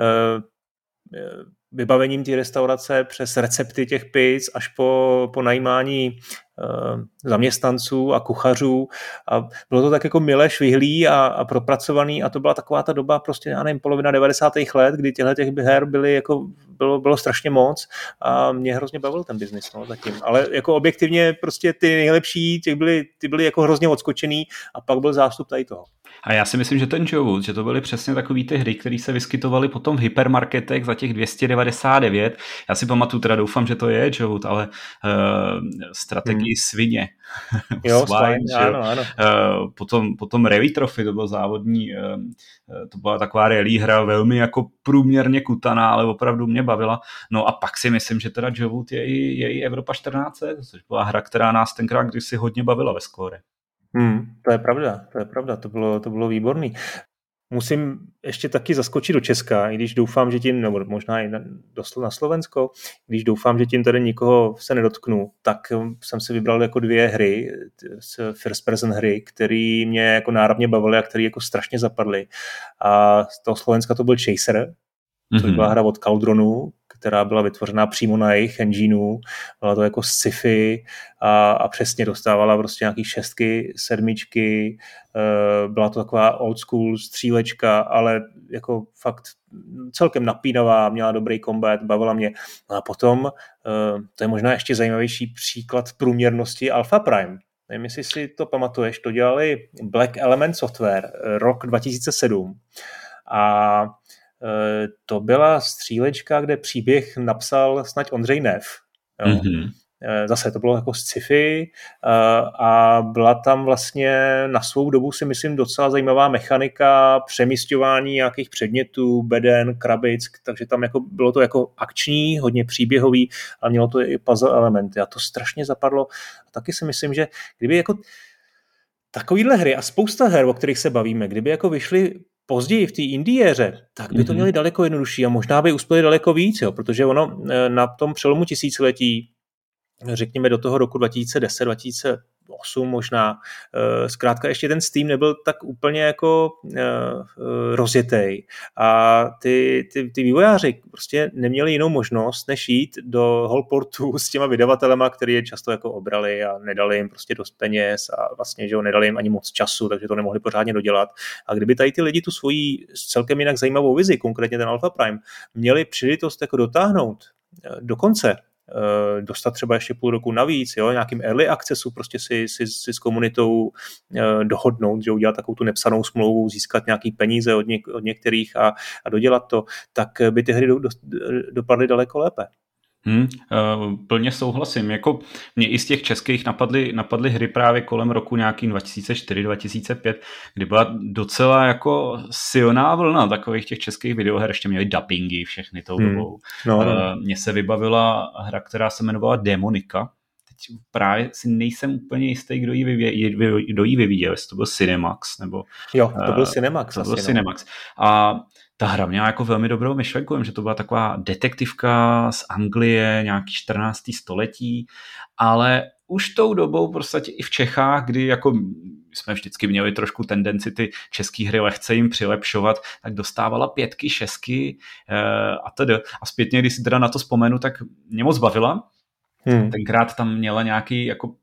vybavením té restaurace přes recepty těch pizz až po najímání zaměstnanců a kuchařů a bylo to tak jako milé švihlý a propracovaný a to byla taková ta doba prostě, já nevím, polovina 90. let, kdy těch her bylo strašně moc a mě hrozně bavil ten biznis, no, zatím. Ale jako objektivně prostě ty nejlepší, ty byly jako hrozně odskočený a pak byl zástup tady toho. A já si myslím, že ten Jowood, že to byly přesně takový ty hry, které se vyskytovaly potom v hypermarketech za těch 299. Já si pamatuju, teda doufám, že to je Jowood, ale strategii svině. Jo, ano. Potom Rally Trophy, to byl závodní, to byla taková rally hra, velmi jako průměrně kutaná, ale opravdu mě bavila. No a pak si myslím, že teda Jowood je i Evropa 14, což byla hra, která nás tenkrát kdysi hodně bavila ve skóre. To je pravda, to bylo výborný. Musím ještě taky zaskočit do Česka, i když doufám, že tím, nebo možná i na Slovensko, když doufám, že tím tady nikoho se nedotknu, tak jsem si vybral jako 2 hry, first person hry, které mě jako náramně bavily a které jako strašně zapadly. A z toho Slovenska to byl Chaser, což byla hra od Cauldronu, která byla vytvořená přímo na jejich engineu. Byla to jako sci-fi a přesně dostávala prostě nějaký 6, 7. Byla to taková old school střílečka, ale jako fakt celkem napínavá, měla dobrý combat, bavila mě. No a potom, to je možná ještě zajímavější příklad průměrnosti Alpha Prime. Nevím, jestli si to pamatuješ, to dělali Black Element Software, rok 2007. A to byla střílečka, kde příběh napsal snad Ondřej Nev. Jo. Zase to bylo jako sci-fi a byla tam vlastně na svou dobu si myslím docela zajímavá mechanika přemisťování nějakých předmětů, beden, krabic, takže tam jako bylo to jako akční, hodně příběhový, ale mělo to i puzzle elementy a to strašně zapadlo. A taky si myslím, že kdyby jako takovýhle hry a spousta her, o kterých se bavíme, kdyby jako vyšly později v té indie éře, tak by to měli daleko jednodušší a možná by uspěli daleko víc, jo, protože ono na tom přelomu tisíciletí, řekněme do toho roku 2010, 2008 možná, zkrátka ještě ten Steam nebyl tak úplně jako rozjetej a ty vývojáři prostě neměli jinou možnost, než jít do Holportu s těma vydavatelema, který je často jako obrali a nedali jim prostě dost peněz a vlastně, že nedali jim ani moc času, takže to nemohli pořádně dodělat. A kdyby tady ty lidi tu svoji celkem jinak zajímavou vizi, konkrétně ten Alpha Prime, měli příležitost jako dotáhnout do konce, dostat třeba ještě půl roku navíc, jo, nějakým early accessu, prostě si s komunitou dohodnout, že udělat takovou tu nepsanou smlouvu, získat nějaký peníze od některých a dodělat to, tak by ty hry dopadly daleko lépe. Plně souhlasím. Jako mě i z těch českých napadly hry právě kolem roku nějaký 2004-2005, kdy byla docela jako silná vlna takových těch českých videoher, ještě měli dubbingy všechny tou dobou. Mně se vybavila hra, která se jmenovala Demonika. Teď právě si nejsem úplně jistý, kdo ji vyvíjel, jestli to byl Cinemax, nebo... Jo, to byl Cinemax. To byl Cinemax. A ta hra měla jako velmi dobrou myšlenku, že to byla taková detektivka z Anglie, nějaký 14. století, ale už tou dobou prostě i v Čechách, kdy jako jsme vždycky měli trošku tendenci ty české hry lehce jim přilepšovat, tak dostávala 5, 6 a tedy. A zpětně, když si teda na to vzpomenu, tak mě moc bavila. Tenkrát tam měla nějaký jako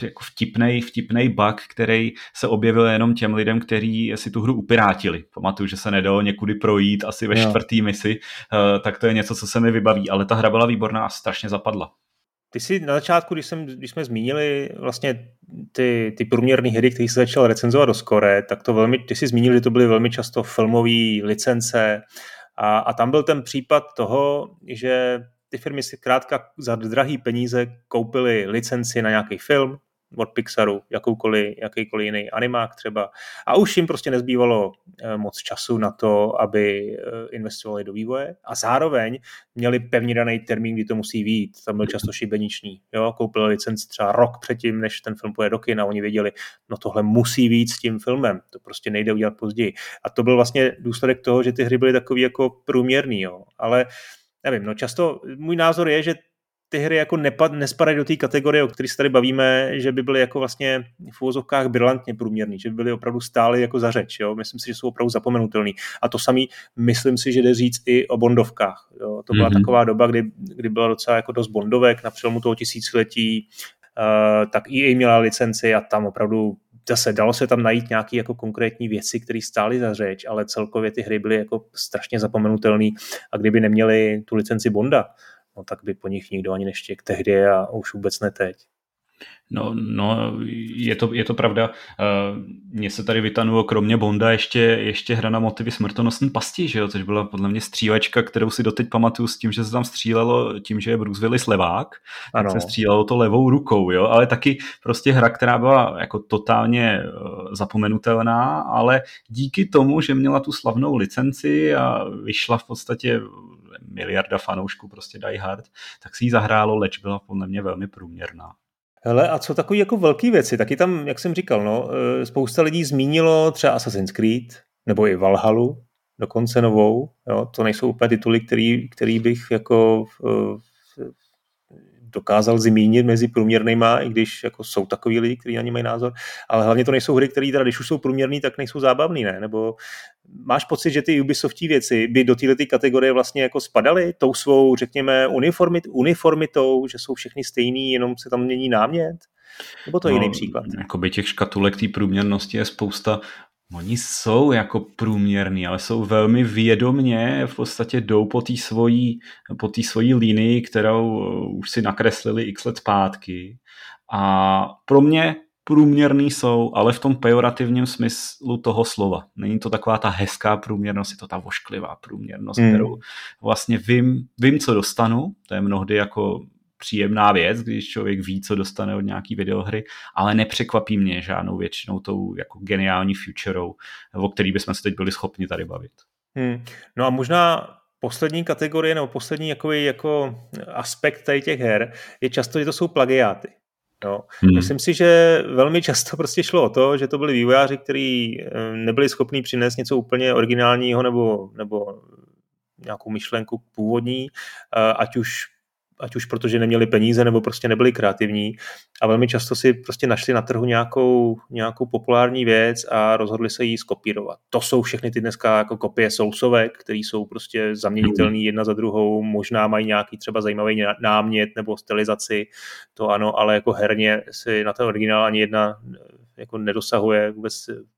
vtipnej bug, který se objevil jenom těm lidem, kteří si tu hru upirátili. Pamatuju, že se nedalo někudy projít asi ve 4. misi, tak to je něco, co se mi vybaví, ale ta hra byla výborná a strašně zapadla. Ty si na začátku, když jsme zmínili vlastně ty průměrné hry, které se začal recenzovat do Score, tak ty si zmínil, že to byly velmi často filmové licence a tam byl ten případ toho, že ty firmy si krátka za drahý peníze koupily licenci na nějaký film od Pixaru, jakýkoliv jiný animák třeba. A už jim prostě nezbývalo moc času na to, aby investovali do vývoje. A zároveň měli pevně daný termín, kdy to musí vyjít. Tam byl často šibeniční. Jo? Koupili licenci třeba rok předtím, než ten film pojede do kina, a oni věděli, no tohle musí vyjít s tím filmem. To prostě nejde udělat později. A to byl vlastně důsledek toho, že ty hry byly takový jako průměrný. Jo? Ale nevím, no často můj názor je, že ty hry jako nespadají do té kategorie, o které se tady bavíme, že by byly jako vlastně v uvozovkách brilantně průměrný, že by byly opravdu stály jako za řeč. Jo? Myslím si, že jsou opravdu zapomenutelný. A to samý myslím si, že jde říct i o bondovkách. Jo? To byla taková doba, kdy byla docela jako dost bondovek na přelomu toho tisíciletí, tak EA měla licenci a tam opravdu zase dalo se tam najít nějaké jako konkrétní věci, které stály za řeč, ale celkově ty hry byly jako strašně zapomenutelné a kdyby neměli tu licenci Bonda, no tak by po nich nikdo ani neštěk tehdy a už vůbec ne teď. No, je to pravda. Mně se tady vytanulo kromě Bonda ještě hra na motivy Smrtonosné pasti, že jo? Což byla podle mě střílečka, kterou si doteď pamatuju s tím, že se tam střílelo tím, že je Bruce Willis levák, tak se střílelo to levou rukou, jo? Ale taky prostě hra, která byla jako totálně zapomenutelná, ale díky tomu, že měla tu slavnou licenci a vyšla v podstatě miliarda fanoušků prostě Die Hard, tak si ji zahrálo, leč byla podle mě velmi průměrná. Hele, a co takový jako velký věci? Taky tam, jak jsem říkal, no, spousta lidí zmínilo třeba Assassin's Creed, nebo i Valhallu, dokonce novou. Jo? To nejsou úplně tituly, který bych jako dokázal zmínit mezi průměrnýma, i když jako jsou takový lidi, kteří na ně mají názor, ale hlavně to nejsou hry, které teda, když už jsou průměrný, tak nejsou zábavný, ne? Nebo máš pocit, že ty Ubisoftí věci by do této kategorie vlastně jako spadaly tou svou, řekněme, uniformitou, že jsou všechny stejný, jenom se tam mění námět? Nebo to je jiný příklad? Jakoby těch škatulek té průměrnosti je spousta. Oni jsou jako průměrný, ale jsou velmi vědomně, v podstatě jdou po té svojí linii, kterou už si nakreslili x let zpátky. A pro mě průměrný jsou, ale v tom pejorativním smyslu toho slova. Není to taková ta hezká průměrnost, je to ta vošklivá průměrnost, kterou vlastně vím, co dostanu. To je mnohdy jako příjemná věc, když člověk ví, co dostane od nějaký videohry, ale nepřekvapí mě žádnou většinou tou jako geniální futurou, o který bychom se teď byli schopni tady bavit. No a možná poslední kategorie, nebo poslední jako aspekt tady těch her je často, že to jsou plagiáty. Jo. Myslím si, že velmi často prostě šlo o to, že to byli vývojáři, kteří nebyli schopní přinést něco úplně originálního nebo nějakou myšlenku původní, ať už protože neměli peníze nebo prostě nebyli kreativní a velmi často si prostě našli na trhu nějakou populární věc a rozhodli se ji skopírovat. To jsou všechny ty dneska jako kopie sousovek, které jsou prostě zaměnitelný jedna za druhou, možná mají nějaký třeba zajímavý námět nebo stylizaci, to ano, ale jako herně si na ten originál ani jedna jako nedosahuje, vůbec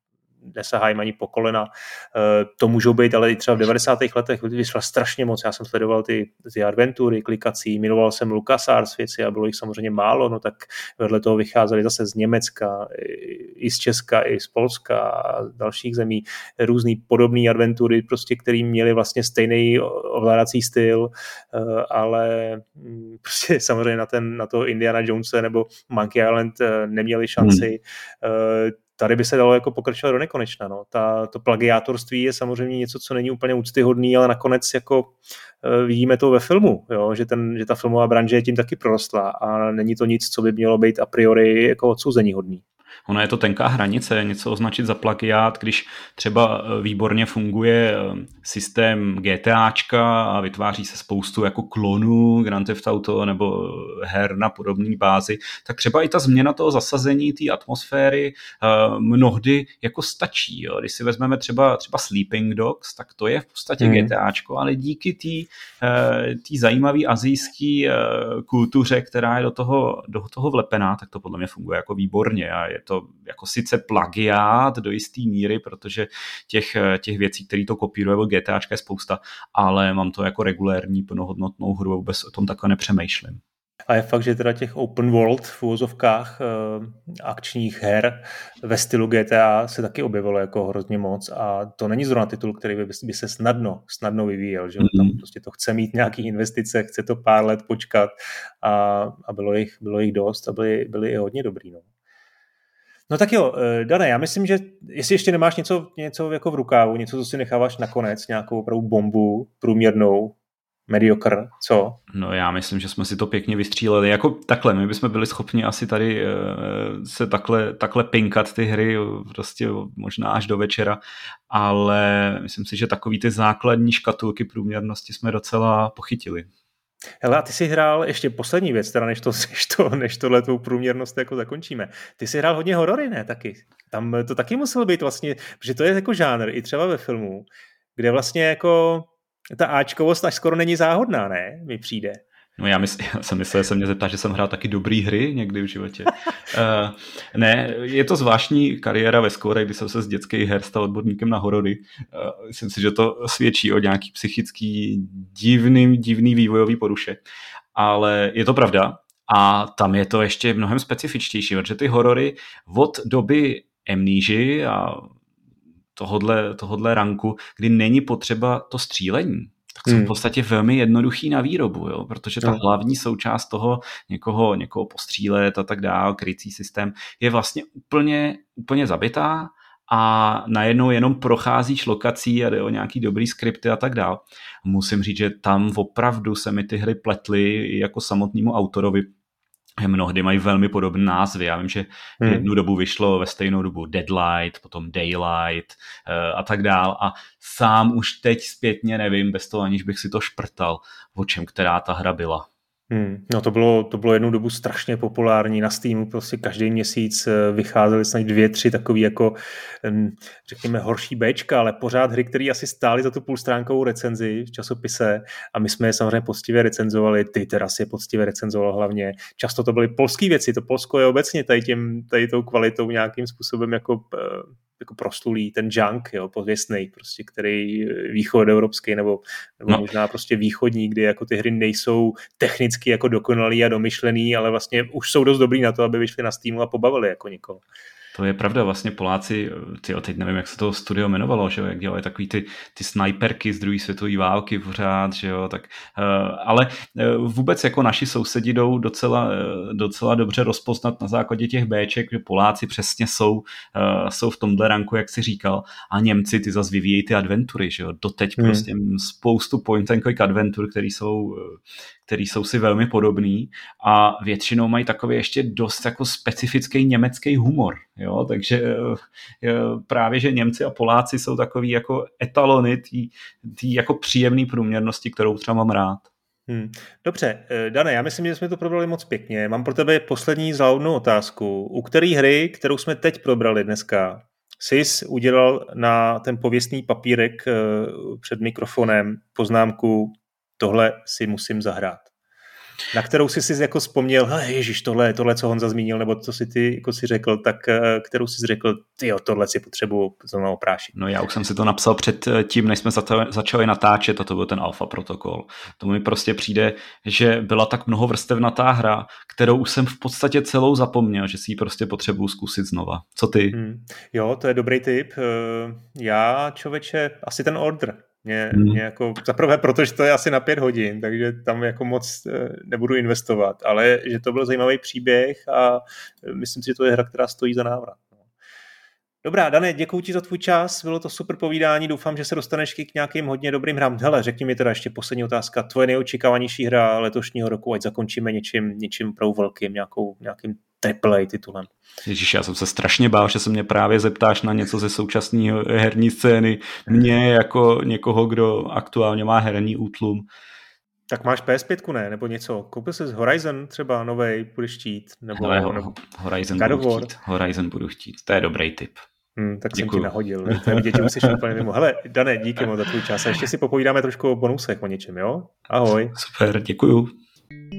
nesahají ani po kolena. To můžou být, ale i třeba v 90. letech vyšla strašně moc. Já jsem sledoval ty adventury, klikací, miloval jsem LucasArts věci a bylo jich samozřejmě málo, no tak vedle toho vycházely zase z Německa, i z Česka, i z Polska a dalších zemí různý podobný adventury, prostě, který měli vlastně stejný ovládací styl, ale prostě samozřejmě na toho Indiana Jonese nebo Monkey Island neměli šanci. Tady by se dalo jako pokračovat do nekonečna. No. To plagiátorství je samozřejmě něco, co není úplně úctyhodný, ale nakonec jako vidíme to ve filmu, jo? Že ta filmová branže je tím taky prorostla a není to nic, co by mělo být a priori jako odsouzeníhodný. Ono je to tenká hranice, něco označit za plagiát, když třeba výborně funguje systém GTAčka a vytváří se spoustu jako klonů Grand Theft Auto nebo her na podobné bázi, tak třeba i ta změna toho zasazení, té atmosféry mnohdy jako stačí. Jo. Když si vezmeme třeba Sleeping Dogs, tak to je v podstatě GTAčko, ale díky té zajímavé asijské kultuře, která je do toho vlepená, tak to podle mě funguje jako výborně a je to jako sice plagiát do jisté míry, protože těch věcí, které to kopíruje od GTAčka je spousta, ale mám to jako regulérní plnohodnotnou hru a vůbec o tom takhle nepřemýšlím. A je fakt, že teda těch open world v uvozovkách akčních her ve stylu GTA se taky objevilo jako hrozně moc a to není zrovna titul, který by se snadno vyvíjel, že tam prostě to chce mít nějaký investice, chce to pár let počkat a bylo jich dost a byli i hodně dobrý, no. No tak jo, Dane, já myslím, že jestli ještě nemáš něco jako v rukávu, něco, co si necháváš nakonec, nějakou opravdu bombu průměrnou, mediocre, co? No já myslím, že jsme si to pěkně vystříleli. Jako takhle, my bychom byli schopni asi tady se takhle pinkat ty hry prostě možná až do večera, ale myslím si, že takový ty základní škatulky průměrnosti jsme docela pochytili. Hele, a ty jsi hrál, ještě poslední věc, teda než tohle tvou průměrnost jako zakončíme. Ty jsi hrál hodně horory, ne, taky? Tam to taky muselo být vlastně, protože to je jako žánr, i třeba ve filmu, kde vlastně jako ta áčkovost až skoro není záhodná, ne? Mi přijde. No já jsem myslel, že se mě zeptá, že jsem hrál taky dobrý hry někdy v životě. Ne, je to zvláštní kariéra ve skóre, kdy jsem se z dětských her stal odborníkem na horory. Myslím si, že to svědčí o nějaký psychický divný vývojový poruše. Ale je to pravda a tam je to ještě mnohem specifičtější, protože ty horory od doby Amnesie a tohodle ranku, kdy není potřeba to střílení, tak jsou v podstatě velmi jednoduchý na výrobu, jo? Protože ta hlavní součást toho někoho postřílet a tak dál, krycí systém, je vlastně úplně zabitá a najednou jenom procházíš lokací a jde o nějaký dobrý skripty a tak dál. Musím říct, že tam opravdu se mi ty hry pletly jako samotnému autorovi. Mnohdy mají velmi podobné názvy. Já vím, že jednu dobu vyšlo ve stejnou dobu Deadlight, potom Daylight a tak dál. A sám už teď zpětně nevím, bez toho aniž bych si to šprtal, o čem která ta hra byla. No to bylo jednu dobu strašně populární na Steamu, prostě každý měsíc vycházely snad 2-3 takový jako řekněme horší Bčka, ale pořád hry, které asi stály za tu půlstránkovou recenzi v časopise a my jsme je samozřejmě poctivě recenzovali, ty teda si je poctivě recenzoval hlavně. Často to byly polské věci, to Polsko je obecně tady tou kvalitou nějakým způsobem jako proslulý, ten junk, jo, pověstnej, prostě, který východoevropský nebo možná prostě východní, kdy jako ty hry nejsou technicky jako dokonalý a domyšlený, ale vlastně už jsou dost dobrý na to, aby vyšli na Steamu a pobavili jako někoho. To je pravda, vlastně Poláci, teď nevím, jak se to studio jmenovalo, že jo, jak dělali takový ty snajperky z druhé světové války pořád, že jo, tak, ale vůbec jako naši sousedi jdou docela dobře rozpoznat na základě těch Bček, že Poláci přesně jsou v tomhle ranku, jak jsi říkal, a Němci ty zase vyvíjejí ty adventury, že jo, doteď prostě spoustu point and click adventur, který jsou si velmi podobný a většinou mají takový ještě dost jako specifický německý humor, jo, takže právě, že Němci a Poláci jsou takový jako etalony tý jako příjemný průměrnosti, kterou třeba mám rád. Dobře, Dane, já myslím, že jsme to probrali moc pěkně. Mám pro tebe poslední záludnou otázku. U které hry, kterou jsme teď probrali dneska, jsi udělal na ten pověstný papírek před mikrofonem poznámku, tohle si musím zahrát? Na kterou jsi jako vzpomněl, ježiš, tohle, co Honza zmínil, nebo co si ty jako si řekl, tak kterou jsi řekl, tyjo, tohle si potřebuji znovu oprášit. No já už jsem si to napsal před tím, než jsme začali natáčet, a to byl ten Alpha protokol. To mi prostě přijde, že byla tak mnohovrstevnatá hra, kterou už jsem v podstatě celou zapomněl, že si ji prostě potřebuji zkusit znova. Co ty? Jo, to je dobrý tip. Já, člověče, asi ten Order. Mě jako, zaprvé protože to je asi na 5 hodin, takže tam jako moc nebudu investovat, ale že to byl zajímavý příběh a myslím si, že to je hra, která stojí za návrat. Dobrá, Dane, děkuji ti za tvůj čas, bylo to super povídání, doufám, že se dostaneš k nějakým hodně dobrým hrám. Hele, řekni mi teda ještě poslední otázka, tvoje nejočekávanější hra letošního roku, ať zakončíme něčím pro velkým, nějakým AAA titulem. Ježíš, já jsem se strašně bál, že se mě právě zeptáš na něco ze současné herní scény. Mě jako někoho, kdo aktuálně má herní útlum. Tak máš PS5, ne? Nebo něco? Koupil jsi Horizon třeba novej, budeš chtít? Nebo Horizon budu chtít. To je dobrý tip. Tak děkuju. Jsem ti nahodil. To je vidět, že už jsi úplně mimo. Hele, Dane, díky moc za tvůj čas. A ještě si popovídáme trošku o bonusech o něčem, jo? Ahoj. Super, děkuju.